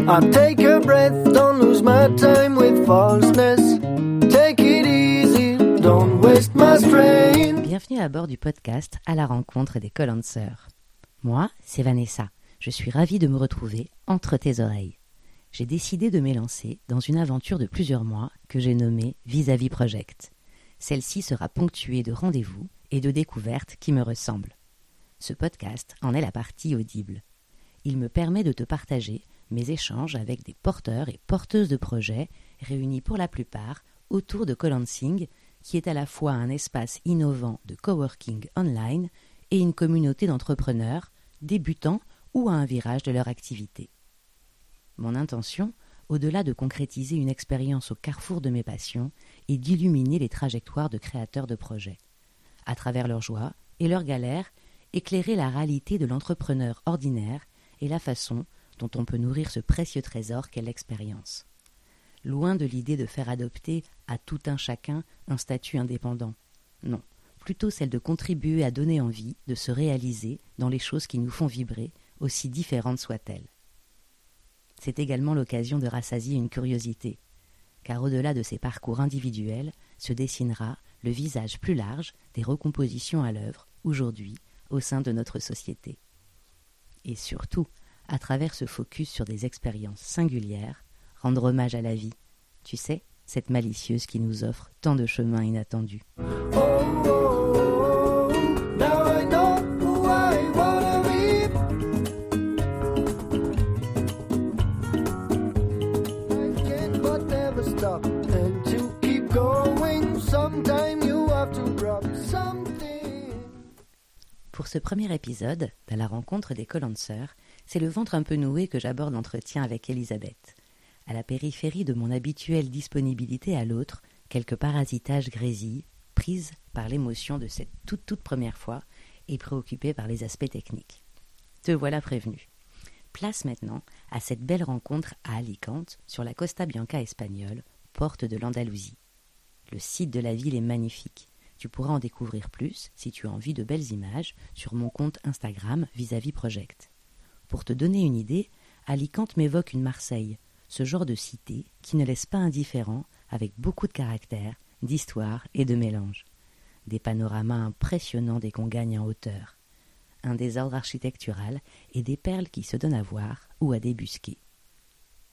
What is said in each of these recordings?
I take a breath, don't lose my time with falseness. Take it easy, don't waste my strain. Bienvenue à bord du podcast À la rencontre des Collancers. Moi, c'est Vanessa. Je suis ravie de me retrouver entre tes oreilles. J'ai décidé de m'élancer dans une aventure de plusieurs mois que j'ai nommée Vis-à-vis Project. Celle-ci sera ponctuée de rendez-vous et de découvertes qui me ressemblent. Ce podcast en est la partie audible. Il me permet de te partager mes échanges avec des porteurs et porteuses de projets réunis pour la plupart autour de Collancing, qui est à la fois un espace innovant de coworking online et une communauté d'entrepreneurs débutants ou à un virage de leur activité. Mon intention, au-delà de concrétiser une expérience au carrefour de mes passions, est d'illuminer les trajectoires de créateurs de projets. À travers leurs joies et leurs galères, éclairer la réalité de l'entrepreneur ordinaire et la façon dont on peut nourrir ce précieux trésor qu'est l'expérience. Loin de l'idée de faire adopter à tout un chacun un statut indépendant. Non, plutôt celle de contribuer à donner envie de se réaliser dans les choses qui nous font vibrer, aussi différentes soient-elles. C'est également l'occasion de rassasier une curiosité, car au-delà de ces parcours individuels se dessinera le visage plus large des recompositions à l'œuvre, aujourd'hui, au sein de notre société. Et surtout, à travers ce focus sur des expériences singulières, rendre hommage à la vie, tu sais, cette malicieuse qui nous offre tant de chemins inattendus. Pour ce premier épisode, à la rencontre des Collancers, c'est le ventre un peu noué que j'aborde l'entretien avec Elisabeth. À la périphérie de mon habituelle disponibilité à l'autre, quelques parasitages grésillent, prise par l'émotion de cette toute première fois et préoccupée par les aspects techniques. Te voilà prévenu. Place maintenant à cette belle rencontre à Alicante, sur la Costa Bianca espagnole, porte de l'Andalousie. Le site de la ville est magnifique. Tu pourras en découvrir plus, si tu as envie de belles images, sur mon compte Instagram Vis-à-vis Project. Pour te donner une idée, Alicante m'évoque une Marseille, ce genre de cité qui ne laisse pas indifférent, avec beaucoup de caractère, d'histoire et de mélange. Des panoramas impressionnants dès qu'on gagne en hauteur. Un désordre architectural et des perles qui se donnent à voir ou à débusquer. Débusquer ?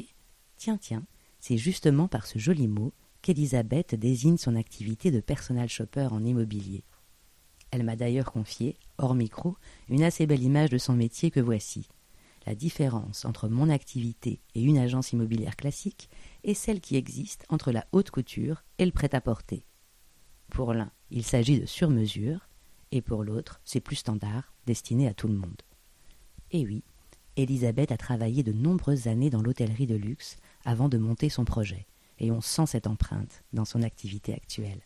Tiens, c'est justement par ce joli mot qu'Elisabeth désigne son activité de personal shopper en immobilier. Elle m'a d'ailleurs confié, hors micro, une assez belle image de son métier que voici. La différence entre mon activité et une agence immobilière classique est celle qui existe entre la haute couture et le prêt-à-porter. Pour l'un, il s'agit de sur-mesure, et pour l'autre, c'est plus standard, destiné à tout le monde. Et oui, Elisabeth a travaillé de nombreuses années dans l'hôtellerie de luxe avant de monter son projet. Et on sent cette empreinte dans son activité actuelle.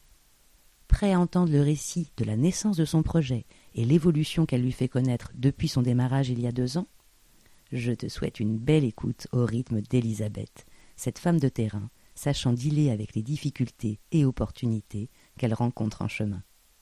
Prêt à entendre le récit de la naissance de son projet et l'évolution qu'elle lui fait connaître depuis son démarrage il y a 2 ans ? Je te souhaite une belle écoute au rythme d'Elisabeth, cette femme de terrain, sachant dealer avec les difficultés et opportunités qu'elle rencontre en chemin.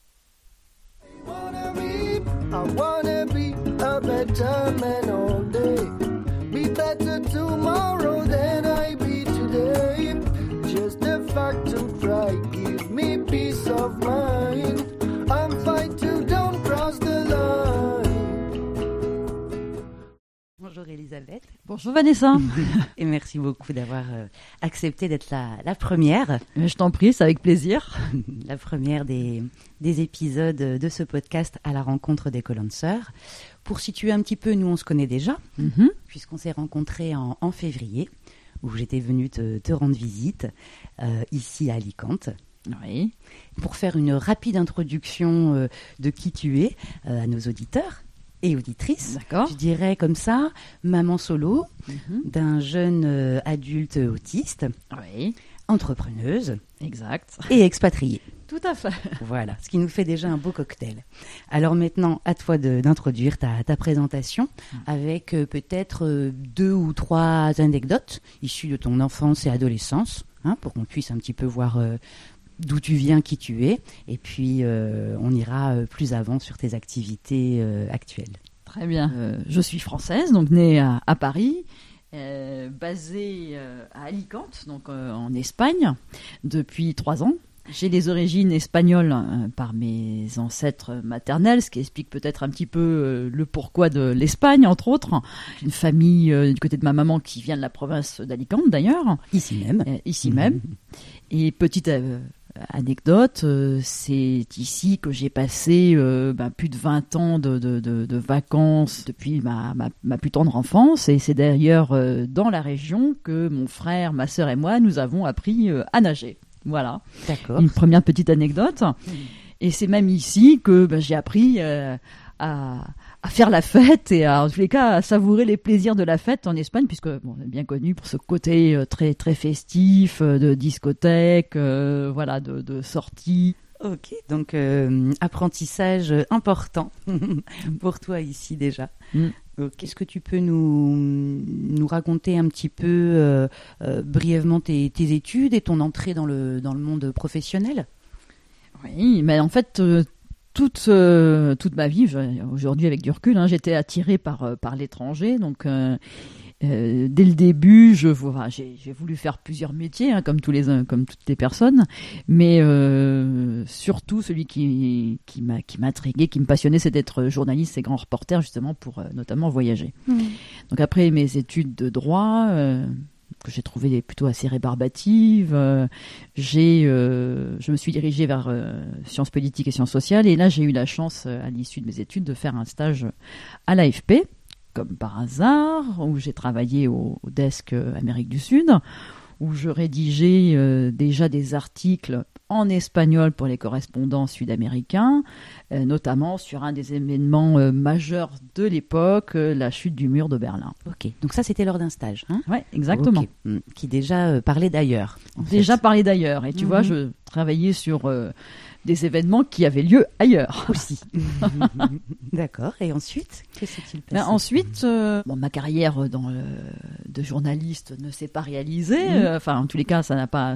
Bonjour Elisabeth. Bonjour Vanessa. Et merci beaucoup d'avoir accepté d'être la première. Je t'en prie, c'est avec plaisir. La première des épisodes de ce podcast à la rencontre des Collancers. Pour situer un petit peu, nous on se connaît déjà, puisqu'on s'est rencontrés en février, où j'étais venue te rendre visite, ici à Alicante. Oui. Pour faire une rapide introduction de qui tu es à nos auditeurs et auditrices. D'accord. Je dirais comme ça, maman solo d'un jeune adulte autiste, Oui. entrepreneuse, Exact. et expatriée. Tout à fait. Voilà, ce qui nous fait déjà un beau cocktail. Alors maintenant, à toi d'introduire ta présentation avec peut-être 2 ou 3 anecdotes issues de ton enfance et adolescence, pour qu'on puisse un petit peu voir d'où tu viens, qui tu es, et puis on ira plus avant sur tes activités actuelles. Très bien. Je suis française, donc née à Paris. basée à Alicante, donc en Espagne, depuis 3 ans. J'ai des origines espagnoles par mes ancêtres maternels, ce qui explique peut-être un petit peu le pourquoi de l'Espagne, entre autres. J'ai une famille du côté de ma maman qui vient de la province d'Alicante, d'ailleurs. Ici même. Ici même. Et petite anecdote, c'est ici que j'ai passé plus de 20 ans de vacances depuis ma plus tendre enfance. Et c'est d'ailleurs dans la région que mon frère, ma sœur et moi, nous avons appris à nager. Voilà. D'accord. Une première petite anecdote. Et c'est même ici que j'ai appris à faire la fête et en tous les cas à savourer les plaisirs de la fête en Espagne, puisque on est bien connu pour ce côté très très festif, de discothèque, voilà, de sorties. Ok, donc apprentissage important pour toi ici déjà. Okay. Est-ce que tu peux nous raconter un petit peu brièvement tes études et ton entrée dans le monde professionnel ? Oui, mais en fait, toute ma vie, aujourd'hui avec du recul, j'étais attirée par l'étranger. Donc, dès le début, j'ai voulu faire plusieurs métiers, comme toutes les personnes, mais surtout celui qui m'intriguait, qui me passionnait, c'est d'être journaliste et grand reporter, justement pour notamment voyager. Donc après mes études de droit, que j'ai trouvées plutôt assez rébarbatives, je me suis dirigée vers sciences politiques et sciences sociales, et là j'ai eu la chance, à l'issue de mes études, de faire un stage à l'AFP, comme par hasard, où j'ai travaillé au desk Amérique du Sud, où je rédigeais déjà des articles en espagnol pour les correspondants sud-américains, notamment sur un des événements majeurs de l'époque, la chute du mur de Berlin. Ok, donc ça c'était lors d'un stage, hein ? Oui, exactement. Okay. Qui déjà parlait d'ailleurs. Parlait d'ailleurs, et tu vois, je travaillais sur des événements qui avaient lieu ailleurs aussi. D'accord. Et ensuite, que s'est-il passé ? Ensuite, ma carrière de journaliste ne s'est pas réalisée. Enfin, en tous les cas, ça n'a pas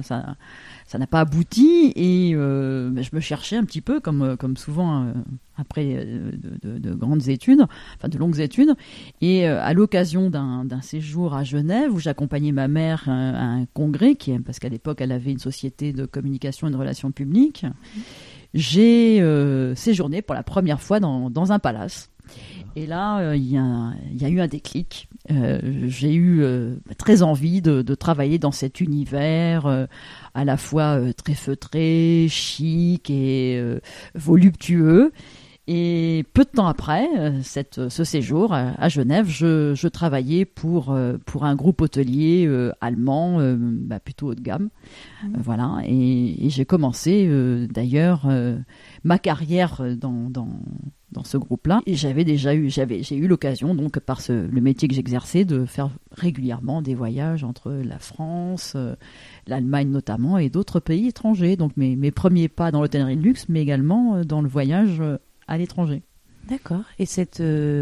abouti. Et je me cherchais un petit peu, comme souvent après de grandes études, enfin de longues études. Et à l'occasion d'un séjour à Genève, où j'accompagnais ma mère à un congrès, parce qu'à l'époque, elle avait une société de communication et de relations publiques, j'ai séjourné pour la première fois dans un palace. Et là, il y a eu un déclic. J'ai eu très envie de travailler dans cet univers à la fois très feutré, chic et voluptueux. Et peu de temps après ce séjour à Genève, je travaillais pour un groupe hôtelier allemand, plutôt haut de gamme. Voilà. Et j'ai commencé d'ailleurs ma carrière dans ce groupe-là. Et j'ai eu l'occasion, donc par le métier que j'exerçais, de faire régulièrement des voyages entre la France, l'Allemagne notamment, et d'autres pays étrangers. Donc mes premiers pas dans l'hôtellerie de luxe, mais également dans le voyage à l'étranger. D'accord. Et cette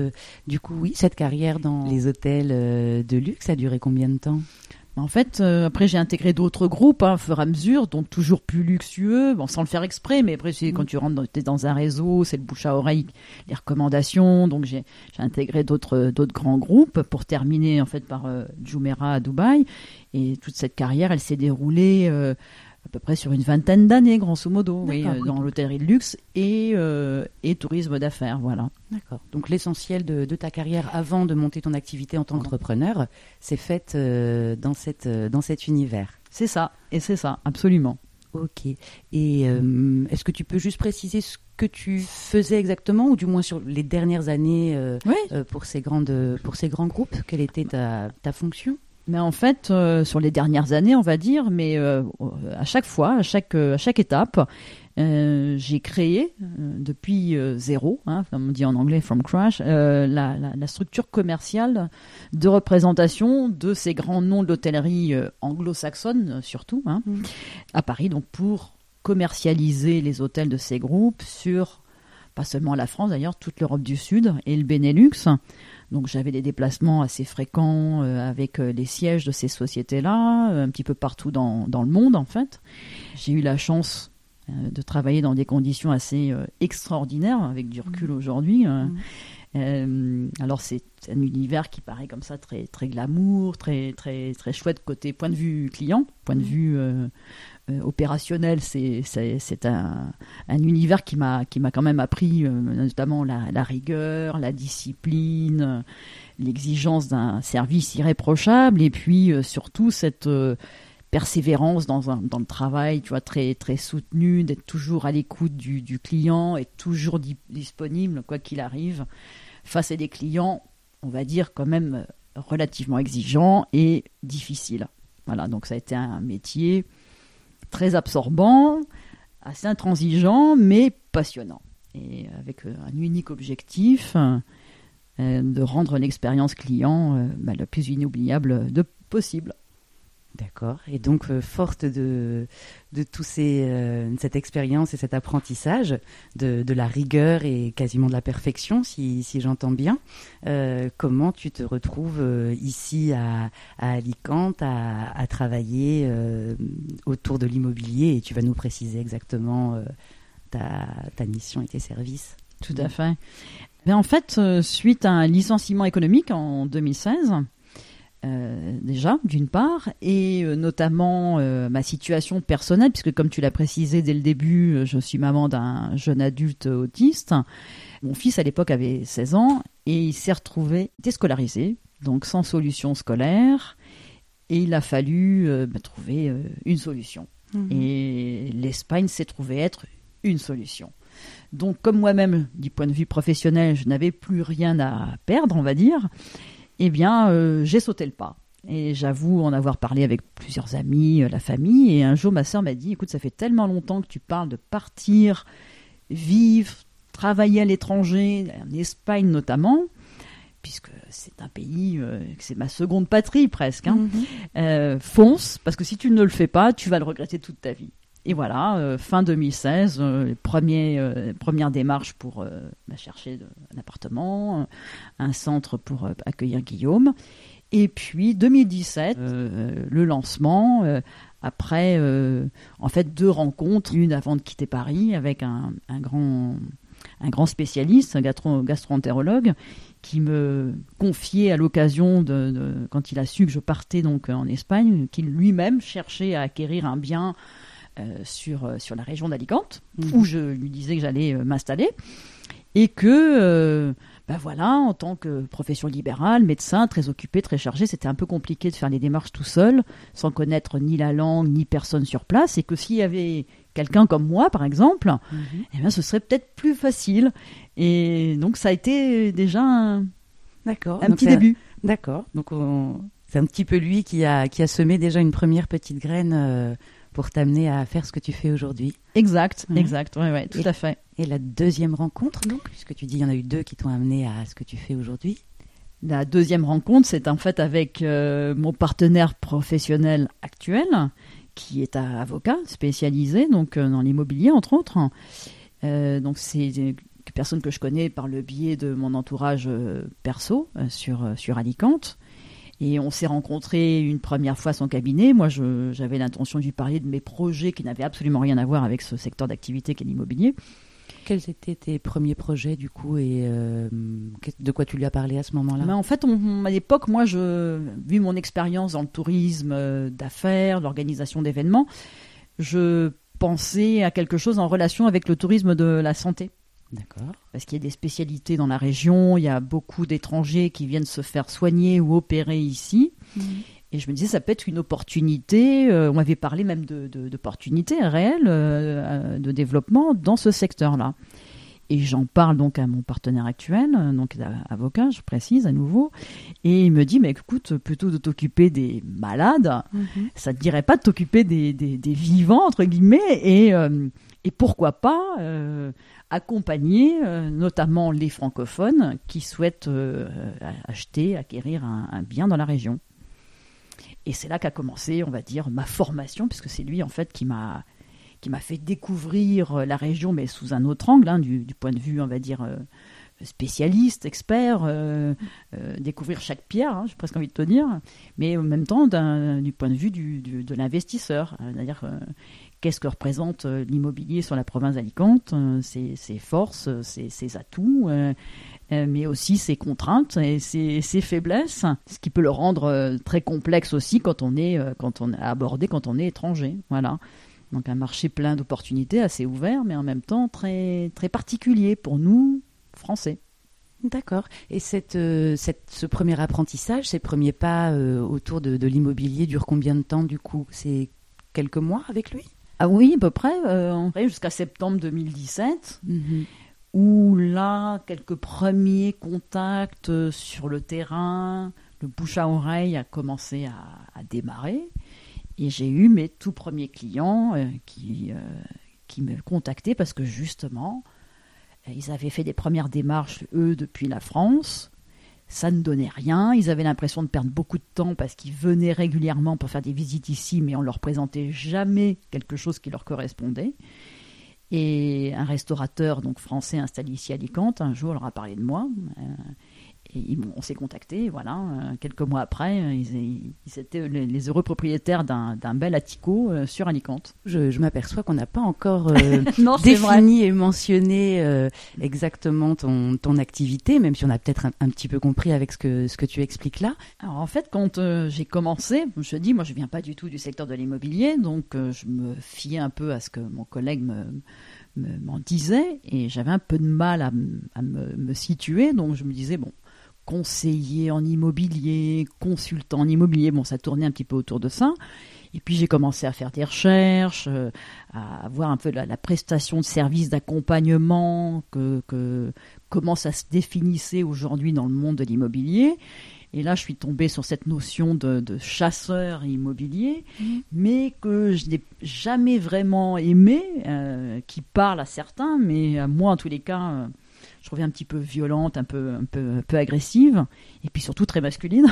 carrière dans les hôtels de luxe a duré combien de temps ? En fait, après j'ai intégré d'autres groupes au fur et à mesure, donc toujours plus luxueux, sans le faire exprès, mais après quand tu rentres dans un réseau, c'est le bouche à oreille, les recommandations, donc j'ai intégré d'autres grands groupes pour terminer en fait par Jumeirah à Dubaï, et toute cette carrière, elle s'est déroulée à peu près sur une 20aine d'années, grosso modo, dans l'hôtellerie de luxe et tourisme d'affaires, voilà. D'accord. Donc l'essentiel de ta carrière avant de monter ton activité en tant qu'entrepreneur s'est faite dans cet univers. C'est ça, absolument. Ok. Et est-ce que tu peux juste préciser ce que tu faisais exactement, ou du moins sur les dernières années pour ces grands groupes ? Quelle était ta fonction ? Mais en fait, sur les dernières années, on va dire, mais à chaque fois, à chaque étape, j'ai créé depuis zéro, comme on dit en anglais, from crash, la structure commerciale de représentation de ces grands noms de l'hôtellerie anglo-saxonne, surtout, à Paris, donc pour commercialiser les hôtels de ces groupes sur, pas seulement la France d'ailleurs, toute l'Europe du Sud et le Benelux. Donc j'avais des déplacements assez fréquents avec les sièges de ces sociétés-là, un petit peu partout dans le monde en fait. J'ai eu la chance de travailler dans des conditions assez extraordinaires, avec du recul aujourd'hui. Alors c'est un univers qui paraît comme ça très très glamour, très très très chouette côté point de vue client, point de vue opérationnel. C'est un univers qui m'a quand même appris notamment la rigueur, la discipline, l'exigence d'un service irréprochable, et puis surtout cette persévérance dans le travail, tu vois, très très soutenu, d'être toujours à l'écoute du client et toujours disponible quoi qu'il arrive face à des clients, on va dire quand même relativement exigeants et difficiles. Voilà, donc ça a été un métier très absorbant, assez intransigeant, mais passionnant, et avec un unique objectif de rendre l'expérience client la plus inoubliable possible. D'accord. Et donc, forte de tout cette expérience et cet apprentissage, de la rigueur et quasiment de la perfection, si j'entends bien, comment tu te retrouves ici à Alicante à travailler autour de l'immobilier, et tu vas nous préciser exactement ta mission et tes services. Tout à fait. Mais en fait, suite à un licenciement économique en 2016, déjà, d'une part, et notamment ma situation personnelle, puisque comme tu l'as précisé dès le début, je suis maman d'un jeune adulte autiste. Mon fils, à l'époque, avait 16 ans, et il s'est retrouvé déscolarisé, donc sans solution scolaire, et il a fallu trouver une solution. Mmh. Et l'Espagne s'est trouvée être une solution. Donc, comme moi-même, du point de vue professionnel, je n'avais plus rien à perdre, on va dire, eh bien, j'ai sauté le pas. Et j'avoue en avoir parlé avec plusieurs amis, la famille. Et un jour, ma sœur m'a dit, écoute, ça fait tellement longtemps que tu parles de partir, vivre, travailler à l'étranger, en Espagne notamment, puisque c'est un pays, c'est ma seconde patrie presque. Hein. Mm-hmm. Fonce, parce que si tu ne le fais pas, tu vas le regretter toute ta vie. Et voilà, fin 2016, première démarche pour chercher un appartement, un centre pour accueillir Guillaume. Et puis 2017, le lancement, après en fait 2 rencontres, une avant de quitter Paris avec un grand spécialiste, un gastro-entérologue, qui me confiait à l'occasion quand il a su que je partais donc en Espagne, qu'il lui-même cherchait à acquérir un bien sur la région d'Alicante, où je lui disais que j'allais m'installer, et que voilà, en tant que profession libérale, médecin, très occupé, très chargé, c'était un peu compliqué de faire les démarches tout seul, sans connaître ni la langue, ni personne sur place, et que s'il y avait quelqu'un comme moi, par exemple, eh bien, ce serait peut-être plus facile. Et donc, ça a été déjà un petit début. D'accord. Donc, c'est un petit peu lui qui a semé déjà une première petite graine pour t'amener à faire ce que tu fais aujourd'hui. Exact, ouais, tout à fait. Et la deuxième rencontre, donc, puisque tu dis qu'il y en a eu 2 qui t'ont amené à ce que tu fais aujourd'hui. La deuxième rencontre, c'est en fait avec mon partenaire professionnel actuel, qui est un avocat spécialisé donc, dans l'immobilier, entre autres. Donc c'est une personne que je connais par le biais de mon entourage perso sur Alicante. Et on s'est rencontrés une première fois à son cabinet. Moi, j'avais l'intention de lui parler de mes projets qui n'avaient absolument rien à voir avec ce secteur d'activité qu'est l'immobilier. Quels étaient tes premiers projets, du coup, et de quoi tu lui as parlé à ce moment-là ? En fait, à l'époque, moi, vu mon expérience dans le tourisme d'affaires, l'organisation d'événements, je pensais à quelque chose en relation avec le tourisme de la santé. D'accord. Parce qu'il y a des spécialités dans la région, il y a beaucoup d'étrangers qui viennent se faire soigner ou opérer ici. Et je me disais, ça peut être une opportunité, on m'avait parlé même d'opportunités réelles de développement dans ce secteur-là. Et j'en parle donc à mon partenaire actuel, donc avocat, je précise à nouveau, et il me dit, mais écoute, plutôt de t'occuper des malades, ça ne te dirait pas de t'occuper des vivants, entre guillemets, et pourquoi pas accompagner notamment les francophones qui souhaitent acquérir un bien dans la région. Et c'est là qu'a commencé, on va dire, ma formation, puisque c'est lui en fait qui m'a fait découvrir la région, mais sous un autre angle, hein, du point de vue, on va dire, spécialiste, expert, découvrir chaque pierre, hein, j'ai presque envie de te dire, mais en même temps du point de vue de l'investisseur, c'est-à-dire qu'est-ce que représente l'immobilier sur la province d'Alicante, ses forces, ses atouts, mais aussi ses contraintes et ses faiblesses, ce qui peut le rendre très complexe aussi quand on est abordé quand on est étranger. Voilà. Donc un marché plein d'opportunités, assez ouvert, mais en même temps très, très particulier pour nous, Français. D'accord. Et ce premier apprentissage, ces premiers pas autour de l'immobilier durent combien de temps du coup ? C'est quelques mois avec lui ? Ah oui, à peu près, jusqu'à septembre 2017, où là, quelques premiers contacts sur le terrain, le bouche à oreille a commencé à démarrer. Et j'ai eu mes tout premiers clients qui me contactaient parce que justement, ils avaient fait des premières démarches, eux, depuis la France. Ça ne donnait rien. Ils avaient l'impression de perdre beaucoup de temps parce qu'ils venaient régulièrement pour faire des visites ici, mais on ne leur présentait jamais quelque chose qui leur correspondait. Et un restaurateur donc français installé ici à Alicante, un jour, leur a parlé de moi. Et on s'est contactés, voilà. Quelques mois après, ils étaient les heureux propriétaires d'un bel attico sur Alicante. Je m'aperçois qu'on n'a pas encore non, défini et mentionné exactement ton activité, même si on a peut-être un petit peu compris avec ce que tu expliques là. Alors en fait, quand j'ai commencé, je me suis dit, moi je viens pas du tout du secteur de l'immobilier, donc je me fiais un peu à ce que mon collègue m'en disait, et j'avais un peu de mal à me situer, donc je me disais, bon, conseiller en immobilier, consultant en immobilier, bon, ça tournait un petit peu autour de ça. Et puis j'ai commencé à faire des recherches, à voir un peu la prestation de services d'accompagnement, comment ça se définissait aujourd'hui dans le monde de l'immobilier. Et là, je suis tombée sur cette notion de chasseur immobilier, mais que je n'ai jamais vraiment aimé, qui parle à certains, mais à moi, en tous les cas, je trouvais un petit peu violente, un peu agressive, et puis surtout très masculine.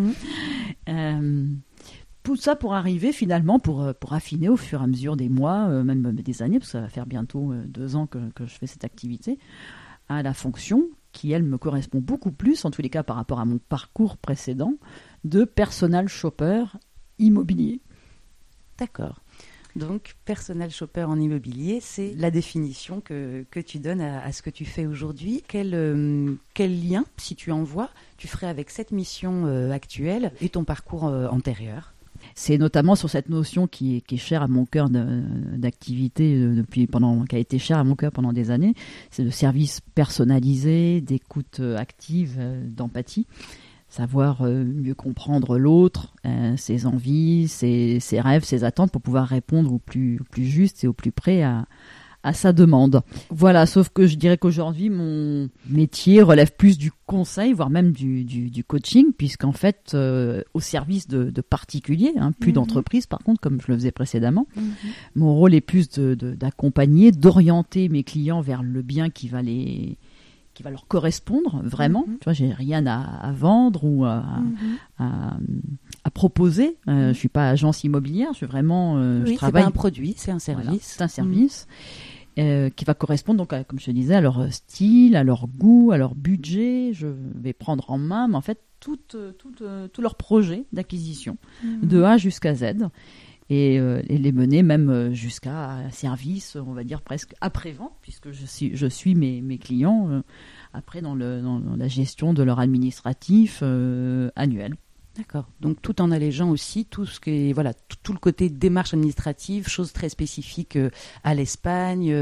Tout ça pour arriver finalement, pour affiner au fur et à mesure des mois, même des années, parce que ça va faire bientôt 2 ans que je fais cette activité, à la fonction qui, elle, me correspond beaucoup plus, en tous les cas par rapport à mon parcours précédent, de personal shopper immobilier. D'accord. Donc, personal shopper en immobilier, c'est la définition que tu donnes à ce que tu fais aujourd'hui. Quel lien, si tu en vois, tu ferais avec cette mission actuelle et ton parcours antérieur ? C'est notamment sur cette notion qui est chère à mon cœur d'activité qui a été chère à mon cœur pendant des années. C'est le service personnalisé, d'écoute active, d'empathie. Savoir mieux comprendre l'autre, ses envies, ses rêves, ses attentes pour pouvoir répondre au plus juste et au plus près à sa demande. Voilà, sauf que je dirais qu'aujourd'hui, mon métier relève plus du conseil, voire même du coaching, puisqu'en fait, au service de particuliers, plus d'entreprises par contre, comme je le faisais précédemment, mon rôle est plus d'accompagner, d'orienter mes clients vers le bien qui va leur correspondre vraiment. Tu vois, j'ai rien à vendre ou à proposer. Je suis pas agence immobilière, je suis vraiment. Oui, je travaille. C'est pas un produit, c'est un service. Voilà, c'est un service qui va correspondre donc, comme je te disais, à leur style, à leur goût, à leur budget. Je vais prendre en main, mais en fait, tout leur projet d'acquisition, de A jusqu'à Z. Et les mener même jusqu'à un service, on va dire presque après-vente, puisque je suis mes clients après dans la gestion de leur administratif annuel. D'accord. Donc tout en allégeant aussi tout ce qui est tout le côté démarche administrative, choses très spécifiques à l'Espagne,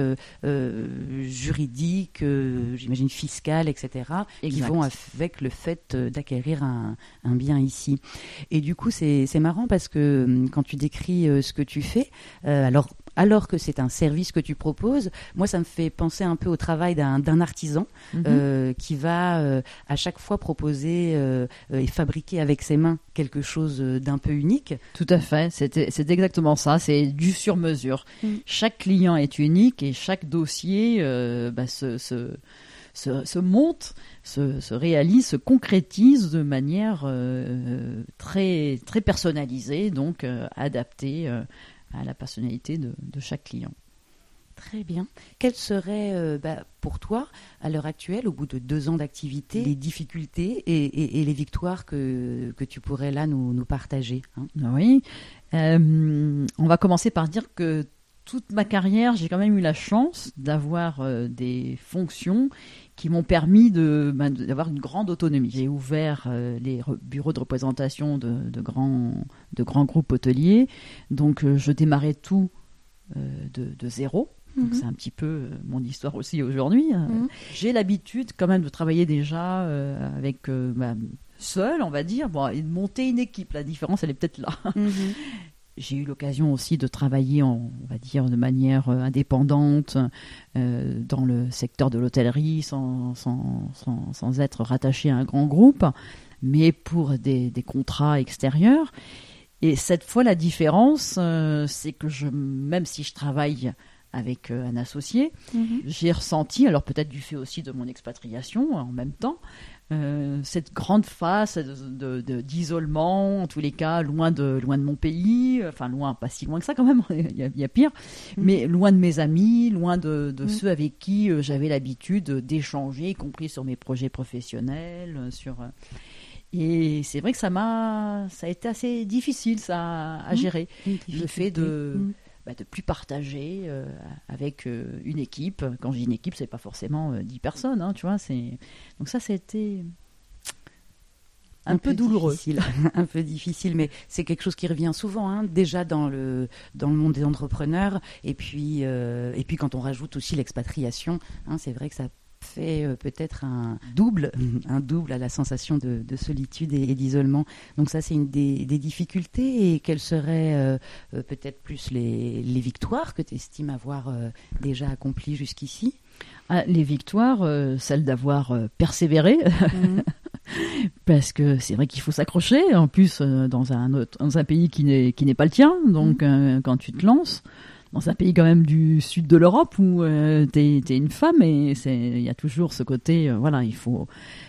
juridique, j'imagine fiscale, etc. Qui vont avec le fait d'acquérir un bien ici. Et du coup c'est marrant parce que quand tu décris ce que tu fais, alors que c'est un service que tu proposes, moi ça me fait penser un peu au travail d'un artisan qui va à chaque fois proposer et fabriquer avec ses mains quelque chose d'un peu unique. Tout à fait, c'est exactement ça, c'est du sur-mesure. Chaque client est unique et chaque dossier se monte, se réalise, se concrétise de manière très, très personnalisée, donc adaptée à la personnalité de chaque client. Très bien. Quelles seraient pour toi, à l'heure actuelle, au bout de 2 ans d'activité, les difficultés et les victoires que tu pourrais là nous partager, Oui. On va commencer par dire que toute ma carrière, j'ai quand même eu la chance d'avoir des fonctions qui m'ont permis d'avoir une grande autonomie. J'ai ouvert les bureaux de représentation de grands groupes hôteliers. Donc, je démarrais tout de zéro. Donc, c'est un petit peu mon histoire aussi aujourd'hui. J'ai l'habitude quand même de travailler déjà avec seul, on va dire, et de monter une équipe. La différence, elle est peut-être là. J'ai eu l'occasion aussi de travailler, on va dire, de manière indépendante dans le secteur de l'hôtellerie sans être rattaché à un grand groupe, mais pour des contrats extérieurs. Et cette fois, la différence, c'est que même si je travaille avec un associé, j'ai ressenti, alors peut-être du fait aussi de mon expatriation en même temps, cette grande phase d'isolement, en tous les cas, loin de mon pays, enfin loin, pas si loin que ça quand même, il y a pire, mais loin de mes amis, loin de ceux avec qui j'avais l'habitude d'échanger, y compris sur mes projets professionnels, et c'est vrai que ça a été assez difficile ça à gérer, le fait de plus partager avec une équipe. Quand je dis une équipe, c'est pas forcément 10 personnes, tu vois. Donc ça a été un peu douloureux. Un peu difficile, mais c'est quelque chose qui revient souvent, déjà dans le monde des entrepreneurs. Et puis quand on rajoute aussi l'expatriation, c'est vrai que ça fait peut-être un double à la sensation de solitude et d'isolement. Donc ça, c'est une des difficultés. Et quelles seraient peut-être plus les victoires que tu estimes avoir déjà accomplies jusqu'ici ? Les victoires, celle d'avoir persévéré, parce que c'est vrai qu'il faut s'accrocher, en plus dans un pays qui n'est pas le tien, donc quand tu te lances, dans un pays quand même du sud de l'Europe où t'es une femme, et il y a toujours ce côté, il faut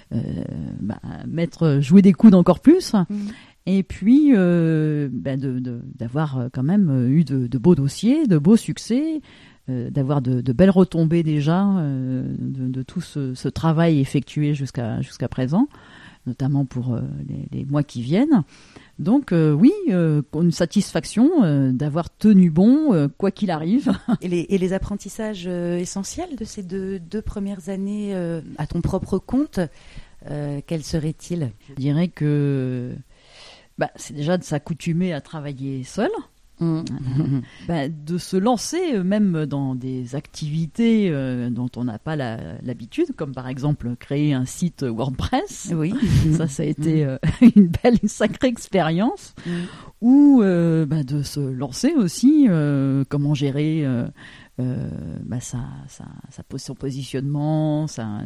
jouer des coudes encore plus. Et puis d'avoir quand même eu de beaux dossiers, de beaux succès, d'avoir de belles retombées déjà de tout ce travail effectué jusqu'à présent, notamment pour les mois qui viennent. Donc une satisfaction d'avoir tenu bon quoi qu'il arrive. Et les apprentissages essentiels de ces deux premières années à ton propre compte, quels seraient-ils ? Je dirais que c'est déjà de s'accoutumer à travailler seul. De se lancer même dans des activités dont on n'a pas l'habitude, comme par exemple créer un site WordPress. Oui. Ça a été une sacrée expérience. Ou de se lancer aussi, comment gérer son positionnement, sa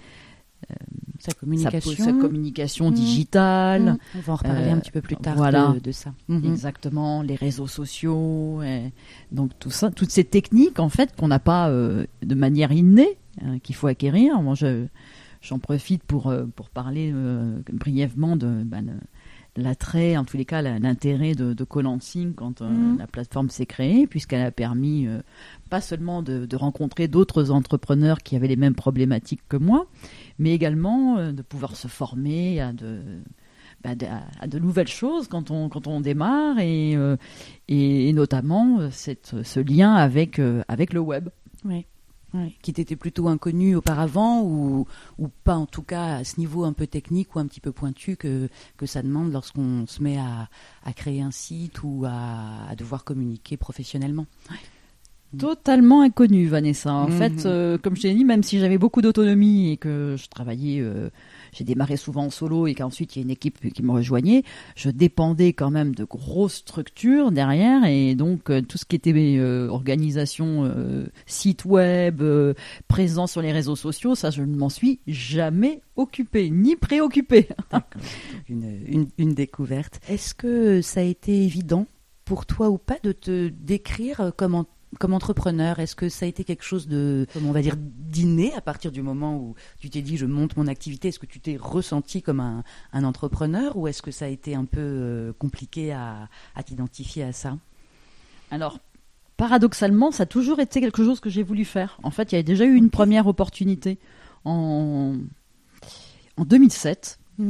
communication digitale. On va en reparler un petit peu plus tard de ça. Exactement, les réseaux sociaux. Donc tout ça, toutes ces techniques en fait qu'on n'a pas de manière innée, qu'il faut acquérir. Moi, j'en profite pour parler brièvement de l'attrait, en tous les cas l'intérêt de Colancing quand la plateforme s'est créée, puisqu'elle a permis pas seulement de rencontrer d'autres entrepreneurs qui avaient les mêmes problématiques que moi, mais également de pouvoir se former à de nouvelles choses quand on démarre, et notamment ce lien avec le web. Oui. Qui t'était plutôt inconnu auparavant, ou pas, en tout cas à ce niveau un peu technique ou un petit peu pointu que ça demande lorsqu'on se met à créer un site ou à devoir communiquer professionnellement. Totalement inconnu, Vanessa. En fait, comme je t'ai dit, même si j'avais beaucoup d'autonomie et que je travaillais, j'ai démarré souvent en solo et qu'ensuite il y a une équipe qui me rejoignait, je dépendais quand même de grosses structures derrière, et donc tout ce qui était organisation, site web, présence sur les réseaux sociaux, ça je ne m'en suis jamais occupée, ni préoccupée. D'accord. Une découverte. Est-ce que ça a été évident pour toi ou pas de te décrire comme entrepreneur? Est-ce que ça a été quelque chose on va dire, d'inné à partir du moment où tu t'es dit je monte mon activité? Est-ce que tu t'es ressenti comme un entrepreneur, ou est-ce que ça a été un peu compliqué à t'identifier à ça? Alors, paradoxalement, ça a toujours été quelque chose que j'ai voulu faire. En fait, il y avait déjà eu une première opportunité en 2007.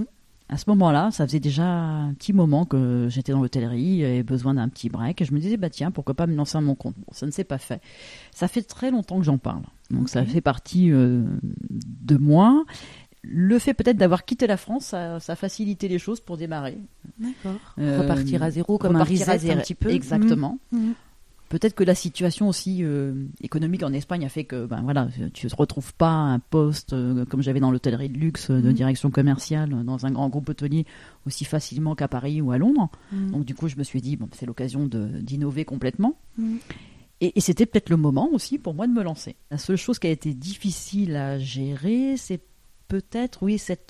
À ce moment-là, ça faisait déjà un petit moment que j'étais dans l'hôtellerie et besoin d'un petit break. Et je me disais, tiens, pourquoi pas me lancer à mon compte. Bon, ça ne s'est pas fait. Ça fait très longtemps que j'en parle. Donc ça fait partie de moi. Le fait peut-être d'avoir quitté la France, ça a facilité les choses pour démarrer. D'accord. Repartir à zéro, comme un reset un petit peu. Exactement. Peut-être que la situation aussi économique en Espagne a fait que tu ne retrouves pas un poste comme j'avais dans l'hôtellerie de luxe de direction commerciale dans un grand groupe hôtelier aussi facilement qu'à Paris ou à Londres. Donc du coup, je me suis dit, c'est l'occasion d'innover complètement. Et c'était peut-être le moment aussi pour moi de me lancer. La seule chose qui a été difficile à gérer, c'est peut-être,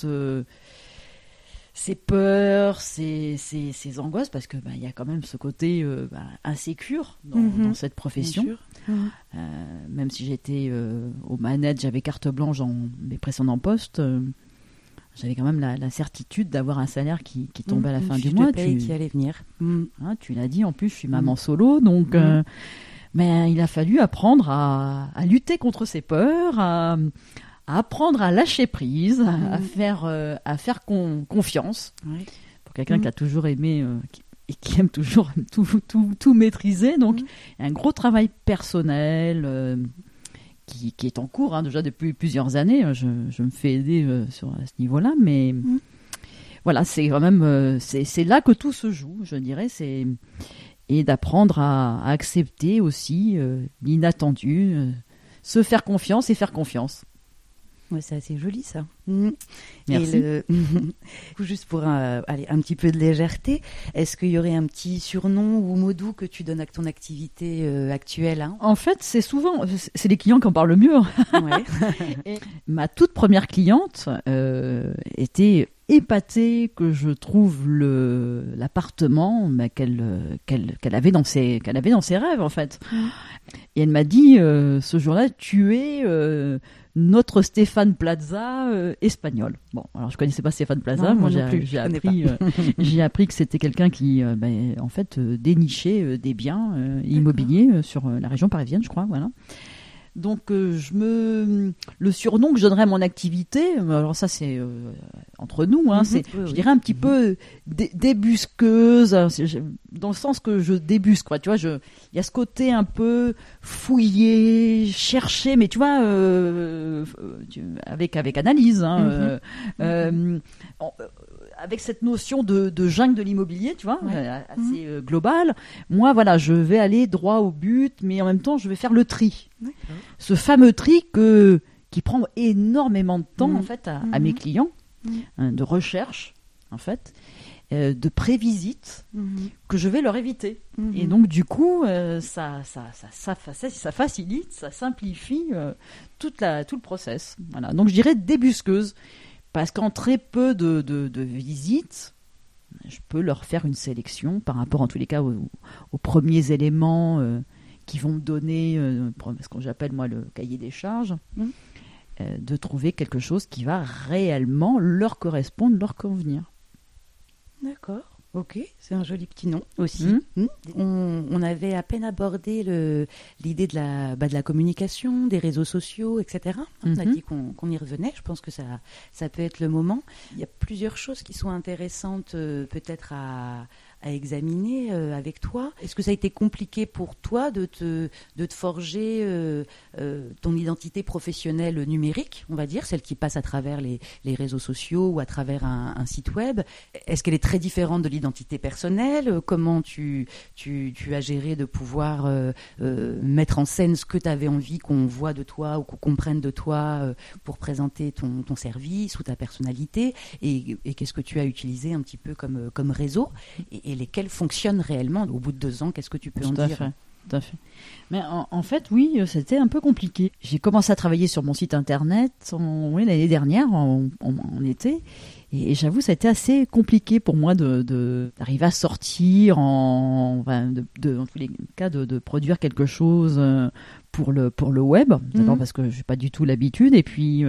ces peurs, ces angoisses, parce que y a quand même ce côté insécure dans cette profession. Bien sûr. Même si j'étais aux manettes, j'avais carte blanche dans mes précédents postes, j'avais quand même la certitude d'avoir un salaire qui tombait à la fin du mois. Qui allait venir. Tu l'as dit, en plus je suis maman solo, donc mais il a fallu apprendre à lutter contre ces peurs, à apprendre à lâcher prise, à faire confiance. Oui. Pour quelqu'un qui a toujours aimé et qui aime toujours tout maîtriser. Donc, un gros travail personnel qui est en cours déjà depuis plusieurs années. Je me fais aider à ce niveau-là, mais voilà, c'est quand même c'est là que tout se joue, je dirais. Et d'apprendre à accepter aussi l'inattendu, se faire confiance et faire confiance. Ouais, c'est assez joli ça. Merci. Et juste pour aller un petit peu de légèreté, est-ce qu'il y aurait un petit surnom ou mot doux que tu donnes à ton activité actuelle En fait, c'est les clients qui en parlent le mieux. Ouais. Et ma toute première cliente était épatée que je trouve l'appartement qu'elle avait dans ses rêves en fait. Et elle m'a dit ce jour-là, tu es notre Stéphane Plaza espagnol. Bon, alors je connaissais pas Stéphane Plaza. Non, moi j'ai appris que c'était quelqu'un qui en fait dénichait des biens immobiliers sur la région parisienne, je crois, voilà. Donc le surnom que je donnerais à mon activité, alors ça c'est entre nous, je dirais un petit peu débusqueuse, dans le sens que je débusque, quoi. Tu vois, il y a ce côté un peu fouiller, chercher, mais tu vois, avec analyse, avec cette notion de jungle de l'immobilier, tu vois, assez globale. Moi, voilà, je vais aller droit au but, mais en même temps, je vais faire le tri. Ce fameux tri qui prend énormément de temps, en fait, à mes clients, de recherche, en fait, de prévisite, que je vais leur éviter. Et donc, du coup, ça facilite, ça simplifie tout le process. Voilà. Donc, je dirais débusqueuse. Parce qu'en très peu de visites, je peux leur faire une sélection par rapport, en tous les cas, aux premiers éléments qui vont me donner, ce que j'appelle, moi, le cahier des charges, de trouver quelque chose qui va réellement leur correspondre, leur convenir. D'accord. Ok, c'est un joli petit nom aussi. On avait à peine abordé l'idée de la communication, des réseaux sociaux, etc. On a dit qu'on y revenait. Je pense que ça peut être le moment. Il y a plusieurs choses qui sont intéressantes peut-être à examiner avec toi. Est-ce que ça a été compliqué pour toi de te forger ton identité professionnelle numérique, on va dire, celle qui passe à travers les réseaux sociaux ou à travers un site web? Est-ce qu'elle est très différente de l'identité personnelle? Comment tu as géré de pouvoir mettre en scène ce que tu avais envie qu'on voit de toi ou qu'on comprenne de toi pour présenter ton service ou ta personnalité? Et qu'est-ce que tu as utilisé un petit peu comme réseau et lesquels fonctionnent réellement au bout de 2 ans? Qu'est-ce que tu peux en dire? Tout à fait. Mais en fait, oui, c'était un peu compliqué. J'ai commencé à travailler sur mon site internet l'année dernière, en été, et j'avoue, ça a été assez compliqué pour moi d'arriver à sortir, en tous les cas, de produire quelque chose pour le web. D'abord parce que je n'ai pas du tout l'habitude, et puis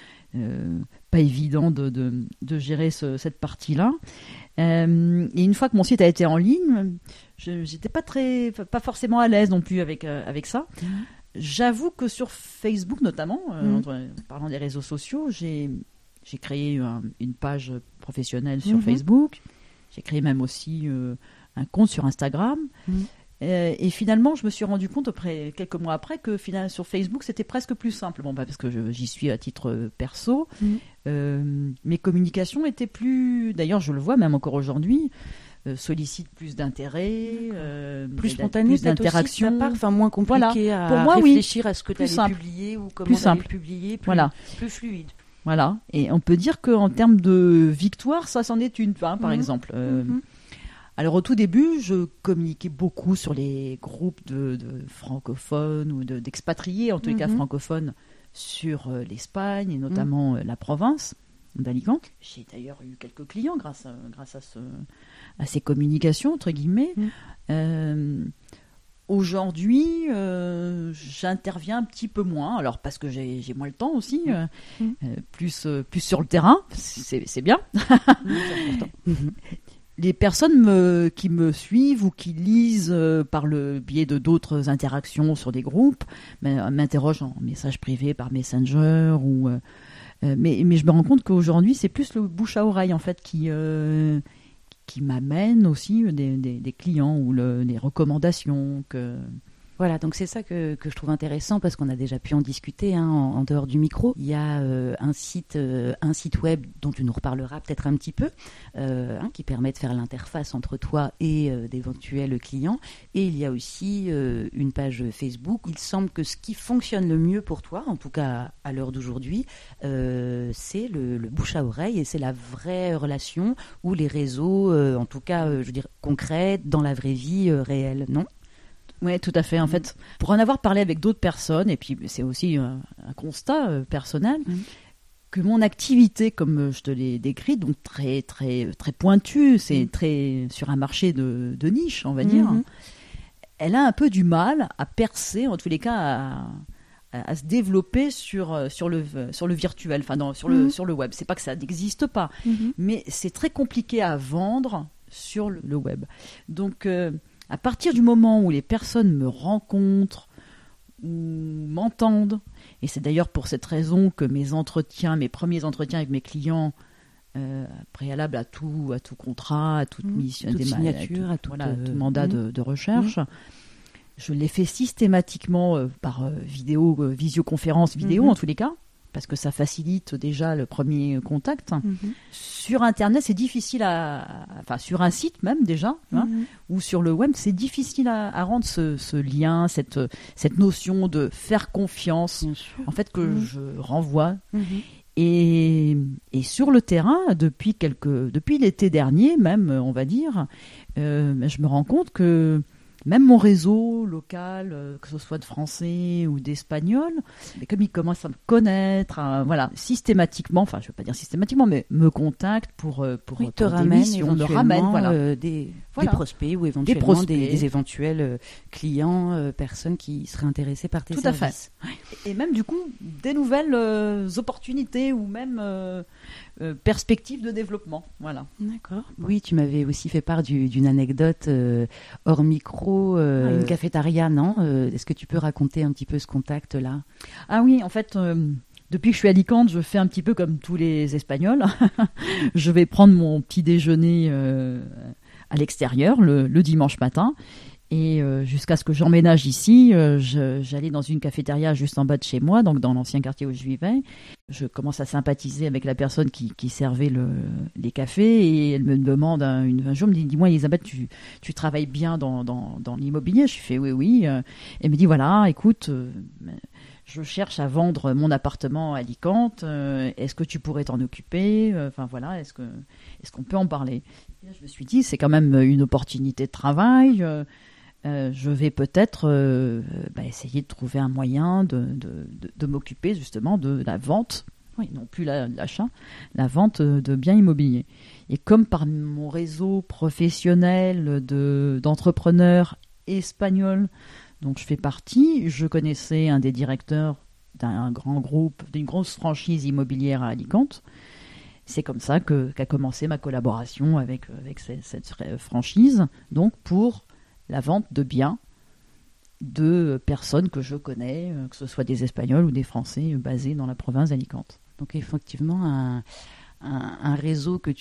pas évident de gérer cette partie-là. Et une fois que mon site a été en ligne, j'étais pas forcément à l'aise non plus avec ça. J'avoue que sur Facebook notamment, en parlant des réseaux sociaux, j'ai J'ai créé une page professionnelle sur Facebook. J'ai créé même aussi un compte sur Instagram. Et finalement, je me suis rendu compte quelques mois après que sur Facebook, c'était presque plus simple. Bon, parce que j'y suis à titre perso. Mes communications étaient plus... D'ailleurs, je le vois même encore aujourd'hui, sollicitent plus d'intérêt, plus spontané, plus d'interaction. Enfin, moins compliqué à pour moi, réfléchir à ce que tu plus allais simple. publier ou comment Plus tu allais simple. publier, plus fluide. Voilà. Et on peut dire qu'en termes de victoire, ça c'en est une, par exemple. Alors au tout début, je communiquais beaucoup sur les groupes de francophones ou d'expatriés, en tous les cas francophones, sur l'Espagne et notamment la province d'Alicante. J'ai d'ailleurs eu quelques clients grâce à ces communications, entre guillemets. Aujourd'hui, j'interviens un petit peu moins, alors parce que j'ai moins le temps aussi, plus sur le terrain, c'est bien. Les personnes qui me suivent ou qui lisent par le biais de d'autres interactions sur des groupes m'interrogent en message privé par Messenger mais je me rends compte qu'aujourd'hui c'est plus le bouche à oreille en fait qui m'amène aussi des clients ou les recommandations que... Voilà, donc c'est ça que je trouve intéressant parce qu'on a déjà pu en discuter en dehors du micro. Il y a un site web dont tu nous reparleras peut-être un petit peu, qui permet de faire l'interface entre toi et d'éventuels clients. Et il y a aussi une page Facebook. Il semble que ce qui fonctionne le mieux pour toi, en tout cas à l'heure d'aujourd'hui, c'est le bouche à oreille et c'est la vraie relation ou les réseaux, en tout cas, je veux dire, concrets, dans la vraie vie réelle, non ? Oui, tout à fait. En fait, pour en avoir parlé avec d'autres personnes, et puis c'est aussi un constat personnel, que mon activité, comme je te l'ai décrit, donc très, très, très pointue, c'est très sur un marché de niche, on va dire, elle a un peu du mal à percer, en tous les cas, à se développer sur le virtuel, enfin sur le web. C'est pas que ça n'existe pas, mais c'est très compliqué à vendre sur le web. Donc... à partir du moment où les personnes me rencontrent ou m'entendent, et c'est d'ailleurs pour cette raison que mes premiers entretiens avec mes clients, préalables à tout contrat, à toute mission, toute signature, à tout mandat de recherche, je les fais systématiquement par visioconférence vidéo en tous les cas, parce que ça facilite déjà le premier contact. Sur Internet, c'est difficile enfin, sur un site même déjà, ou sur le web, c'est difficile à rendre ce lien, cette notion de faire confiance, en fait, que je renvoie. Et sur le terrain, depuis l'été dernier même, on va dire, je me rends compte que même mon réseau local, que ce soit de français ou d'espagnol, comme ils commencent à me connaître, systématiquement, enfin je ne veux pas dire systématiquement, mais me contactent pour te ramènent éventuellement des prospects ou éventuellement des éventuels clients, personnes qui seraient intéressées par tes services. Tout à fait. Et même du coup, des nouvelles opportunités ou même perspectives de développement. Voilà. D'accord. Oui, tu m'avais aussi fait part d'une anecdote hors micro, une cafétéria, non ? Est-ce que tu peux raconter un petit peu ce contact-là ? Ah oui, en fait... depuis que je suis à Alicante, je fais un petit peu comme tous les Espagnols. Je vais prendre mon petit déjeuner à l'extérieur le dimanche matin. Et jusqu'à ce que j'emménage ici, j'allais dans une cafétéria juste en bas de chez moi, donc dans l'ancien quartier où je vivais. Je commence à sympathiser avec la personne qui servait les cafés et elle me demande un jour, me dit, dis-moi Elisabeth, tu travailles bien dans l'immobilier ? Je fais oui. Elle me dit, voilà, écoute... je cherche à vendre mon appartement à Alicante. Est-ce que tu pourrais t'en occuper ? Enfin voilà, est-ce qu'on peut en parler ? Et là, je me suis dit, c'est quand même une opportunité de travail. Je vais peut-être essayer de trouver un moyen de m'occuper justement de la vente, non plus l'achat, la vente de biens immobiliers. Et comme par mon réseau professionnel d'entrepreneurs espagnols, donc je fais partie, je connaissais un des directeurs d'un grand groupe, d'une grosse franchise immobilière à Alicante. C'est comme ça qu'a commencé ma collaboration avec cette franchise, donc pour la vente de biens de personnes que je connais, que ce soit des Espagnols ou des Français basés dans la province d'Alicante. Donc effectivement, un réseau que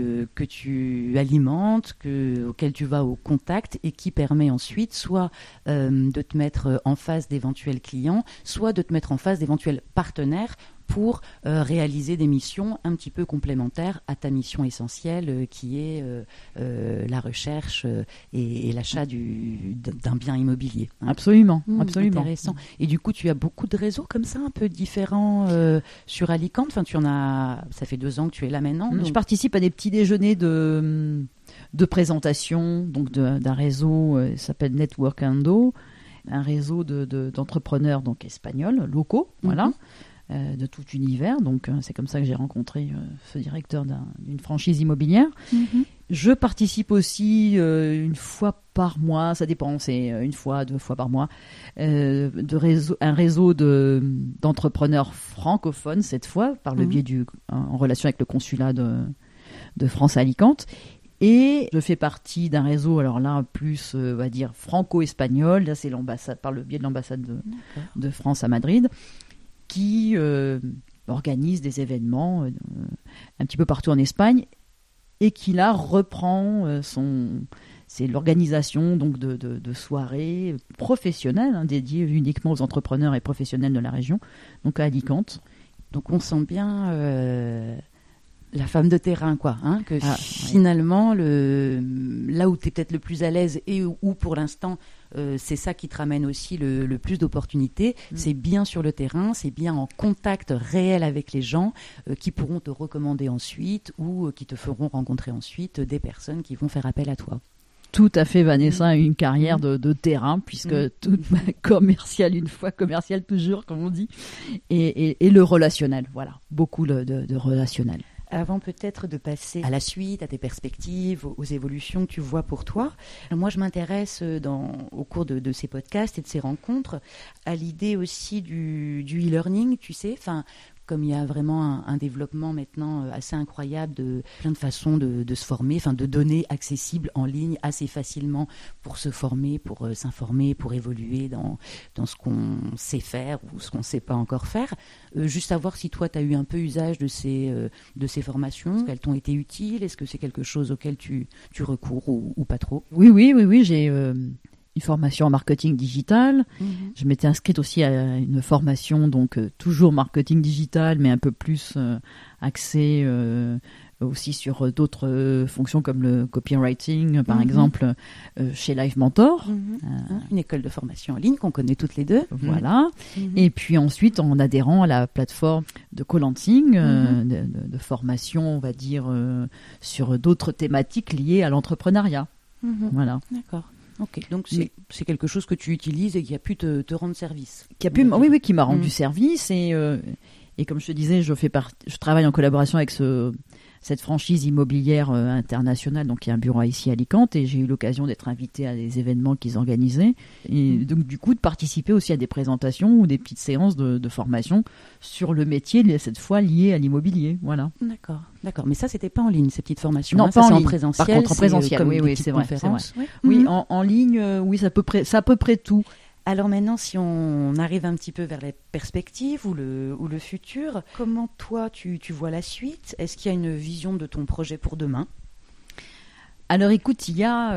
tu alimentes, auquel tu vas au contact et qui permet ensuite soit de te mettre en face d'éventuels clients, soit de te mettre en face d'éventuels partenaires pour réaliser des missions un petit peu complémentaires à ta mission essentielle qui est la recherche et l'achat d'un bien immobilier. Absolument, absolument. Intéressant. Et du coup, tu as beaucoup de réseaux comme ça, un peu différents sur Alicante. Enfin, ça fait 2 ans que tu es là maintenant. Je participe à des petits déjeuners de présentation, donc d'un réseau qui s'appelle Networkando, un réseau d'entrepreneurs donc espagnols, locaux, voilà. De tout univers, donc c'est comme ça que j'ai rencontré ce directeur d'une franchise immobilière. Je participe aussi une fois par mois, ça dépend, c'est 1 fois, 2 fois par mois, un réseau d'entrepreneurs francophones cette fois, par le biais en relation avec le consulat de France à Alicante. Et je fais partie d'un réseau, alors là, plus, on va dire, franco-espagnol, là c'est l'ambassade, par le biais de l'ambassade de France à Madrid, qui organise des événements un petit peu partout en Espagne et qui là reprend c'est l'organisation donc de soirées professionnelles dédiées uniquement aux entrepreneurs et professionnels de la région, donc à Alicante. Donc on sent bien la femme de terrain, quoi, que finalement, là où tu es peut-être le plus à l'aise et où pour l'instant, c'est ça qui te ramène aussi le plus d'opportunités, c'est bien sur le terrain, c'est bien en contact réel avec les gens qui pourront te recommander ensuite ou qui te feront rencontrer ensuite des personnes qui vont faire appel à toi. Tout à fait, Vanessa a une carrière de terrain, puisque toute commerciale, une fois commerciale toujours, comme on dit, et le relationnel, voilà, beaucoup de relationnel. Avant peut-être de passer à la suite, à tes perspectives, aux évolutions que tu vois pour toi, moi je m'intéresse au cours de ces podcasts et de ces rencontres à l'idée aussi du e-learning, tu sais, comme il y a vraiment un développement maintenant assez incroyable de plein de façons de se former, de données accessibles en ligne assez facilement pour se former, pour s'informer, pour évoluer dans ce qu'on sait faire ou ce qu'on ne sait pas encore faire. Juste savoir si toi, tu as eu un peu usage de ces formations, est-ce qu'elles t'ont été utiles, est-ce que c'est quelque chose auquel tu recours ou pas trop ? Oui, j'ai une formation en marketing digital. Je m'étais inscrite aussi à une formation, donc toujours marketing digital, mais un peu plus axée aussi sur d'autres fonctions comme le copywriting, par exemple, chez Live Mentor. Une école de formation en ligne qu'on connaît toutes les deux. Voilà. Et puis ensuite, en adhérant à la plateforme de co-lancing, de formation, on va dire, sur d'autres thématiques liées à l'entrepreneuriat. Voilà. D'accord. Ok, donc c'est quelque chose que tu utilises et qui a pu te rendre service. Oui, qui m'a rendu service et comme je te disais, je travaille en collaboration avec cette franchise immobilière internationale, donc il y a un bureau ici à Alicante et j'ai eu l'occasion d'être invitée à des événements qu'ils organisaient et donc du coup de participer aussi à des présentations ou des petites séances de formation sur le métier, cette fois lié à l'immobilier. Voilà. D'accord. Mais ça, c'était pas en ligne, ces petites formations. Non, pas en ligne. En présentiel. Par contre, en présentiel, oui, c'est vrai. Oui, en ligne, oui, c'est à peu près tout. Alors maintenant, si on arrive un petit peu vers les perspectives ou le futur, comment toi, tu vois la suite ? Est-ce qu'il y a une vision de ton projet pour demain ? Alors écoute, il y a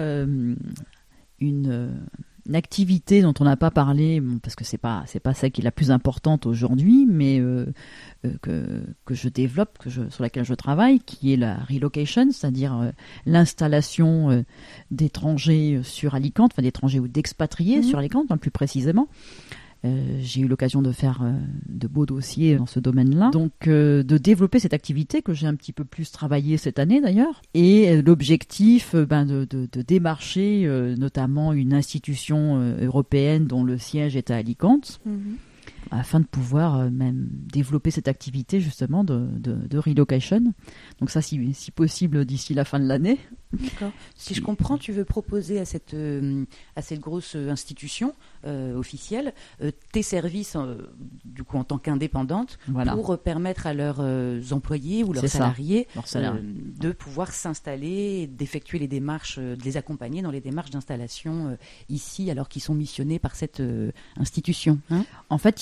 une activité dont on n'a pas parlé, parce que c'est pas celle qui est la plus importante aujourd'hui, mais que je développe, sur laquelle je travaille, qui est la relocation, c'est-à-dire l'installation d'étrangers sur Alicante, d'étrangers ou d'expatriés sur Alicante, plus précisément. J'ai eu l'occasion de faire de beaux dossiers dans ce domaine-là. Donc, de développer cette activité que j'ai un petit peu plus travaillée cette année d'ailleurs. Et l'objectif, de démarcher notamment une institution européenne dont le siège est à Alicante, afin de pouvoir même développer cette activité justement de relocation. Donc ça, si possible, d'ici la fin de l'année. D'accord. Si je comprends, tu veux proposer à cette grosse institution officielle tes services du coup en tant qu'indépendante pour permettre à leurs employés ou leurs salariés de pouvoir s'installer, d'effectuer les démarches, de les accompagner dans les démarches d'installation ici alors qu'ils sont missionnés par cette institution. En fait,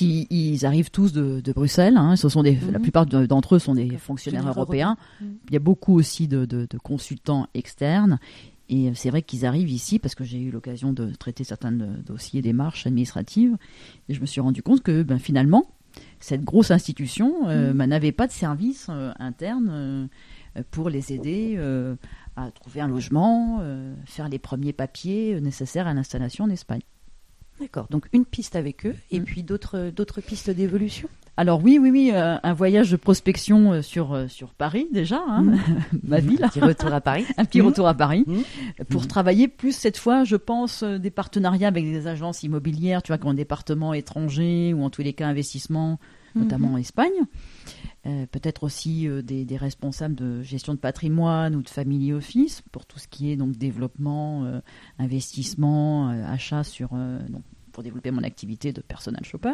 ils arrivent tous de Bruxelles. Hein. Ce sont la plupart d'entre eux sont des fonctionnaires européens. Il y a beaucoup aussi de consultants externes. Et c'est vrai qu'ils arrivent ici parce que j'ai eu l'occasion de traiter certains dossiers, démarches administratives. Et je me suis rendu compte que finalement, cette grosse institution n'avait pas de service interne pour les aider à trouver un logement, faire les premiers papiers nécessaires à l'installation en Espagne. D'accord, donc une piste avec eux, et puis d'autres pistes d'évolution. Alors oui, un voyage de prospection sur Paris déjà, ma ville. Un petit retour à Paris. Un petit retour à Paris, pour travailler plus cette fois, je pense, des partenariats avec des agences immobilières, tu vois, qui ont un département étranger ou en tous les cas investissement, notamment en Espagne. Peut-être aussi des responsables de gestion de patrimoine ou de family office pour tout ce qui est donc développement, investissement, achat pour développer mon activité de personal shopper.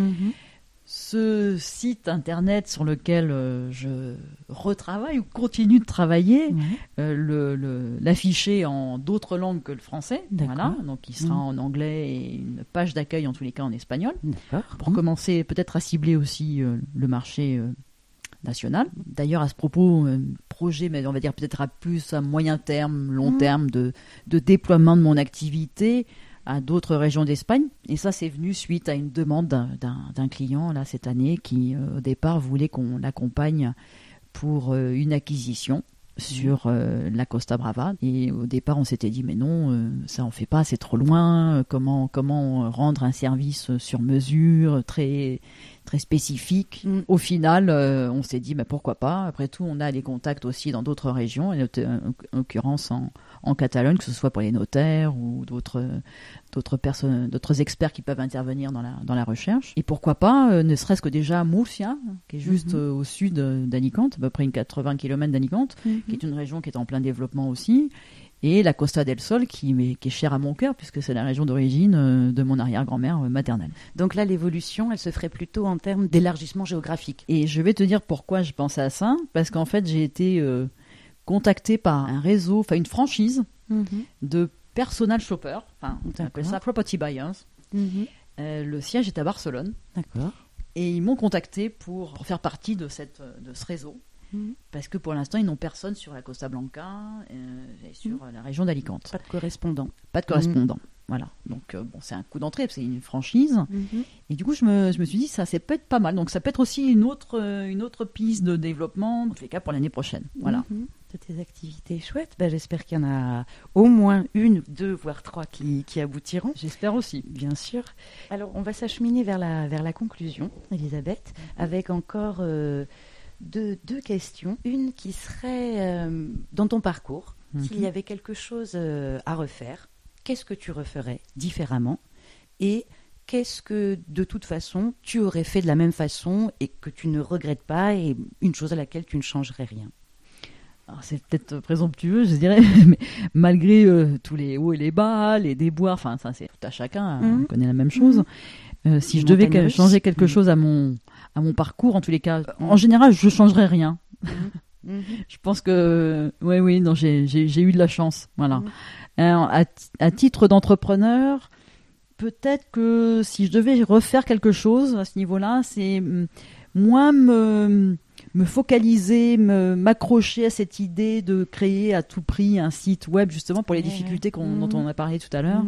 Ce site internet sur lequel je retravaille ou continue de travailler, l'afficher en d'autres langues que le français, voilà, donc il sera en anglais et une page d'accueil en tous les cas en espagnol, pour commencer peut-être à cibler aussi le marché national. D'ailleurs, à ce propos, projet, mais on va dire peut-être à moyen terme, long terme, de déploiement de mon activité à d'autres régions d'Espagne. Et ça, c'est venu suite à une demande d'un client là cette année qui, au départ, voulait qu'on l'accompagne pour une acquisition sur la Costa Brava. Et au départ, on s'était dit, mais non, ça on fait pas, c'est trop loin. Comment rendre un service sur mesure, très très spécifique. Au final, on s'est dit, mais pourquoi pas. Après tout, on a des contacts aussi dans d'autres régions, et en l'occurrence en Catalogne, que ce soit pour les notaires ou d'autres personnes, d'autres experts qui peuvent intervenir dans la recherche. Et pourquoi pas, ne serait-ce que déjà Murcia, qui est juste au sud d'Alicante, à peu près 80 km d'Alicante, qui est une région qui est en plein développement aussi. Et la Costa del Sol, qui est chère à mon cœur, puisque c'est la région d'origine de mon arrière-grand-mère maternelle. Donc là, l'évolution, elle se ferait plutôt en termes d'élargissement géographique. Et je vais te dire pourquoi je pensais à ça, parce qu'en fait, j'ai été contactée par un réseau, une franchise de personal shoppers, on appelle ça property buyers. Le siège est à Barcelone. D'accord. Et ils m'ont contactée pour faire partie de ce réseau. Parce que pour l'instant, ils n'ont personne sur la Costa Blanca et sur la région d'Alicante. Pas de correspondant. Voilà. Donc, c'est un coup d'entrée, c'est une franchise. Et du coup, je me suis dit, ça peut être pas mal. Donc, ça peut être aussi une autre piste de développement, en tous les cas pour l'année prochaine. Voilà. De tes activités chouettes. J'espère qu'il y en a au moins 1, 2, voire 3 qui aboutiront. J'espère aussi. Bien sûr. Alors, on va s'acheminer vers la conclusion, Elisabeth, avec encore deux questions. Une qui serait dans ton parcours, s'il y avait quelque chose à refaire, qu'est-ce que tu referais différemment et qu'est-ce que de toute façon tu aurais fait de la même façon et que tu ne regrettes pas et une chose à laquelle tu ne changerais rien? Alors, c'est peut-être présomptueux, je dirais, mais malgré tous les hauts et les bas, les déboires, ça c'est tout à chacun, on connaît la même chose. Si je devais changer quelque chose à mon parcours, en tous les cas, en général, je changerais rien. Je pense que non, j'ai eu de la chance, voilà. À titre d'entrepreneur, peut-être que si je devais refaire quelque chose à ce niveau-là, c'est moins me focaliser, m'accrocher à cette idée de créer à tout prix un site web, justement pour les difficultés dont on a parlé tout à l'heure.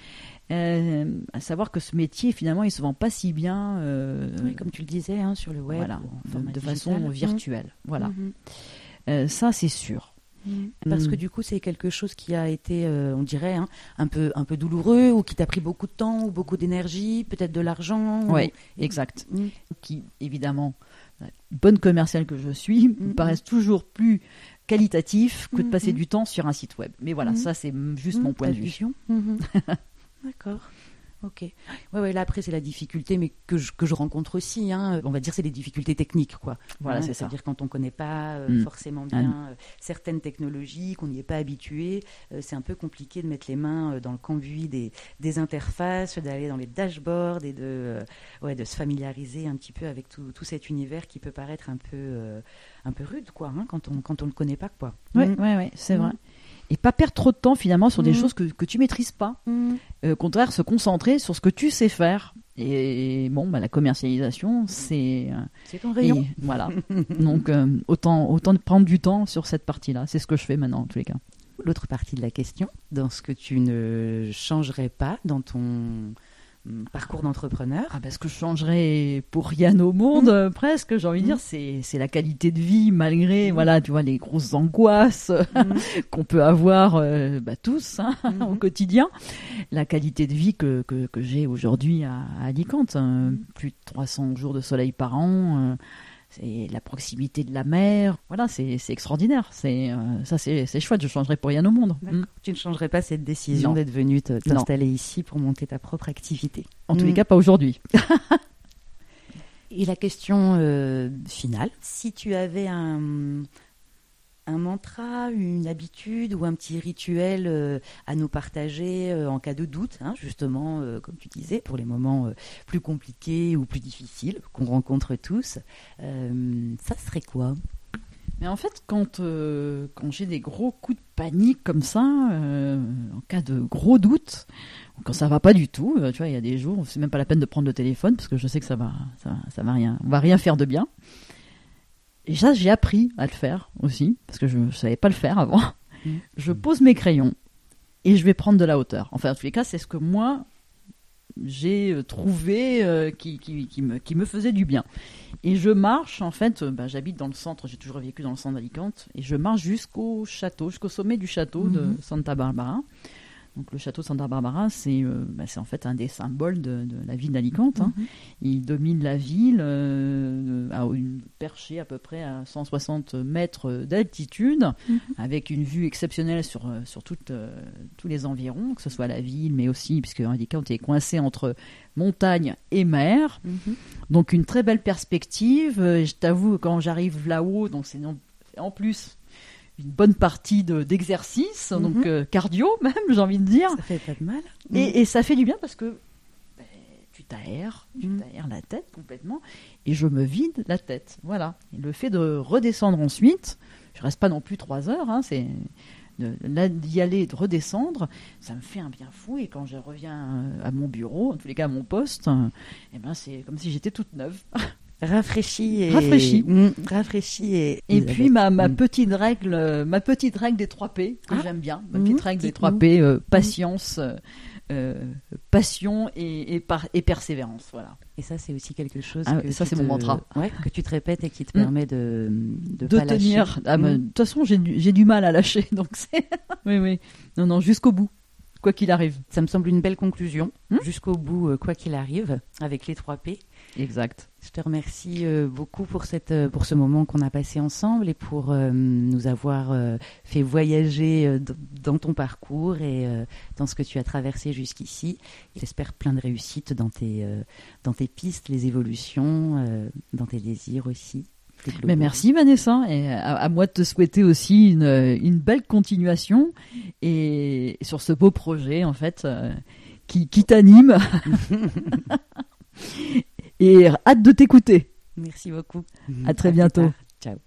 À savoir que ce métier, finalement, il se vend pas si bien, comme tu le disais, sur le web, voilà, de façon virtuelle. Voilà. Ça, c'est sûr. Parce que du coup, c'est quelque chose qui a été, on dirait, un peu douloureux, ou qui t'a pris beaucoup de temps, ou beaucoup d'énergie, peut-être de l'argent. Oui, exact. Qui, évidemment, bonne commerciale que je suis, me paraissent toujours plus qualitatif que de passer du temps sur un site web. Mais voilà, ça, c'est juste mon point de vue. D'accord. Ok. Ouais, là après c'est la difficulté, mais que je rencontre aussi. On va dire c'est des difficultés techniques, quoi. Voilà, c'est ça. C'est-à-dire quand on connaît pas forcément bien certaines technologies, qu'on n'y est pas habitué, c'est un peu compliqué de mettre les mains dans le cambouis des interfaces, d'aller dans les dashboards et de se familiariser un petit peu avec tout cet univers qui peut paraître un peu rude, quoi, quand on le connaît pas, quoi. Ouais, c'est vrai. Et pas perdre trop de temps finalement sur des choses que tu maîtrises pas. Au contraire, se concentrer sur ce que tu sais faire Et bon, la commercialisation, c'est ton rayon. Voilà. Donc, autant prendre du temps sur cette partie-là. C'est ce que je fais maintenant, en tous les cas. L'autre partie de la question, dans ce que tu ne changerais pas dans ton parcours d'entrepreneur. Parce que je changerais pour rien au monde, presque, j'ai envie de dire, c'est la qualité de vie, malgré, voilà, tu vois, les grosses angoisses qu'on peut avoir tous au quotidien. La qualité de vie que j'ai aujourd'hui à Alicante, plus de 300 jours de soleil par an, c'est la proximité de la mer, voilà, c'est extraordinaire. C'est chouette, je ne changerais pour rien au monde. Tu ne changerais pas cette décision d'être venue t'installer ici pour monter ta propre activité. En tous les cas, pas aujourd'hui. Et la question finale, si tu avais un mantra, une habitude ou un petit rituel à nous partager en cas de doute, justement, comme tu disais, pour les moments plus compliqués ou plus difficiles qu'on rencontre tous, ça serait quoi ? Mais en fait, quand j'ai des gros coups de panique comme ça, en cas de gros doute, quand ça va pas du tout, tu vois, il y a des jours, c'est même pas la peine de prendre le téléphone parce que je sais que ça va rien, on va rien faire de bien. Et ça, j'ai appris à le faire aussi, parce que je ne savais pas le faire avant. Je pose mes crayons et je vais prendre de la hauteur. Enfin, en tous les cas, c'est ce que moi, j'ai trouvé qui me faisait du bien. Et je marche, en fait, j'habite dans le centre, j'ai toujours vécu dans le centre d'Alicante, et je marche jusqu'au sommet du château de Santa Barbara. Donc le château de Santa Barbara, c'est en fait un des symboles de la ville d'Alicante. Il domine la ville perché à peu près à 160 mètres d'altitude, avec une vue exceptionnelle sur tous les environs, que ce soit la ville, mais aussi, puisque Alicante est coincé entre montagne et mer. Donc une très belle perspective. Je t'avoue, quand j'arrive là-haut, donc c'est en plus une bonne partie d'exercice, donc cardio même, j'ai envie de dire. Ça fait pas de mal. Et ça fait du bien parce que tu t'aères la tête complètement, et je me vide la tête. Voilà. Et le fait de redescendre ensuite, je reste pas non plus 3 heures, c'est d'y aller et de redescendre, ça me fait un bien fou. Et quand je reviens à mon bureau, en tous les cas à mon poste, c'est comme si j'étais toute neuve. Rafraîchi et puis ma petite règle des 3 P que j'aime bien, ma petite règle des 3 P, patience, passion et persévérance, voilà. Et ça, c'est aussi quelque chose c'est mon mantra, que tu te répètes et qui te permet de pas tenir. Lâcher. De toute façon, j'ai du mal à lâcher, donc c'est oui, non, jusqu'au bout, quoi qu'il arrive. Ça me semble une belle conclusion. Jusqu'au bout, quoi qu'il arrive, avec les 3 P. Exact. Je te remercie beaucoup pour ce moment qu'on a passé ensemble et pour nous avoir fait voyager dans ton parcours et dans ce que tu as traversé jusqu'ici. J'espère plein de réussite dans tes pistes, les évolutions, dans tes désirs aussi. Mais merci Vanessa, et à moi de te souhaiter aussi une belle continuation et sur ce beau projet en fait qui t'anime. Et hâte de t'écouter. Merci beaucoup. À très bientôt. Ciao.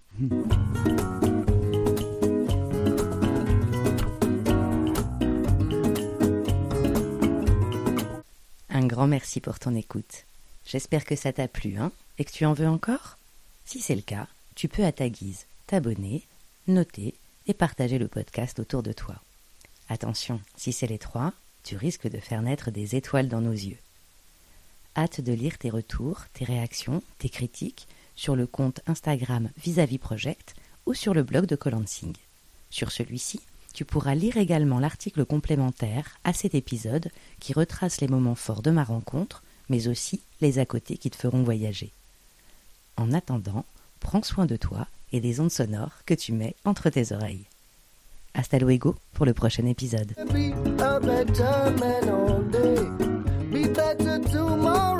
Un grand merci pour ton écoute. J'espère que ça t'a plu, et que tu en veux encore. Si c'est le cas, tu peux à ta guise t'abonner, noter et partager le podcast autour de toi. Attention, si c'est les 3, tu risques de faire naître des étoiles dans nos yeux. Hâte de lire tes retours, tes réactions, tes critiques sur le compte Instagram Vis-à-vis Project ou sur le blog de Colansing. Sur celui-ci, tu pourras lire également l'article complémentaire à cet épisode qui retrace les moments forts de ma rencontre, mais aussi les à côté qui te feront voyager. En attendant, prends soin de toi et des ondes sonores que tu mets entre tes oreilles. Hasta luego pour le prochain épisode. Be better tomorrow.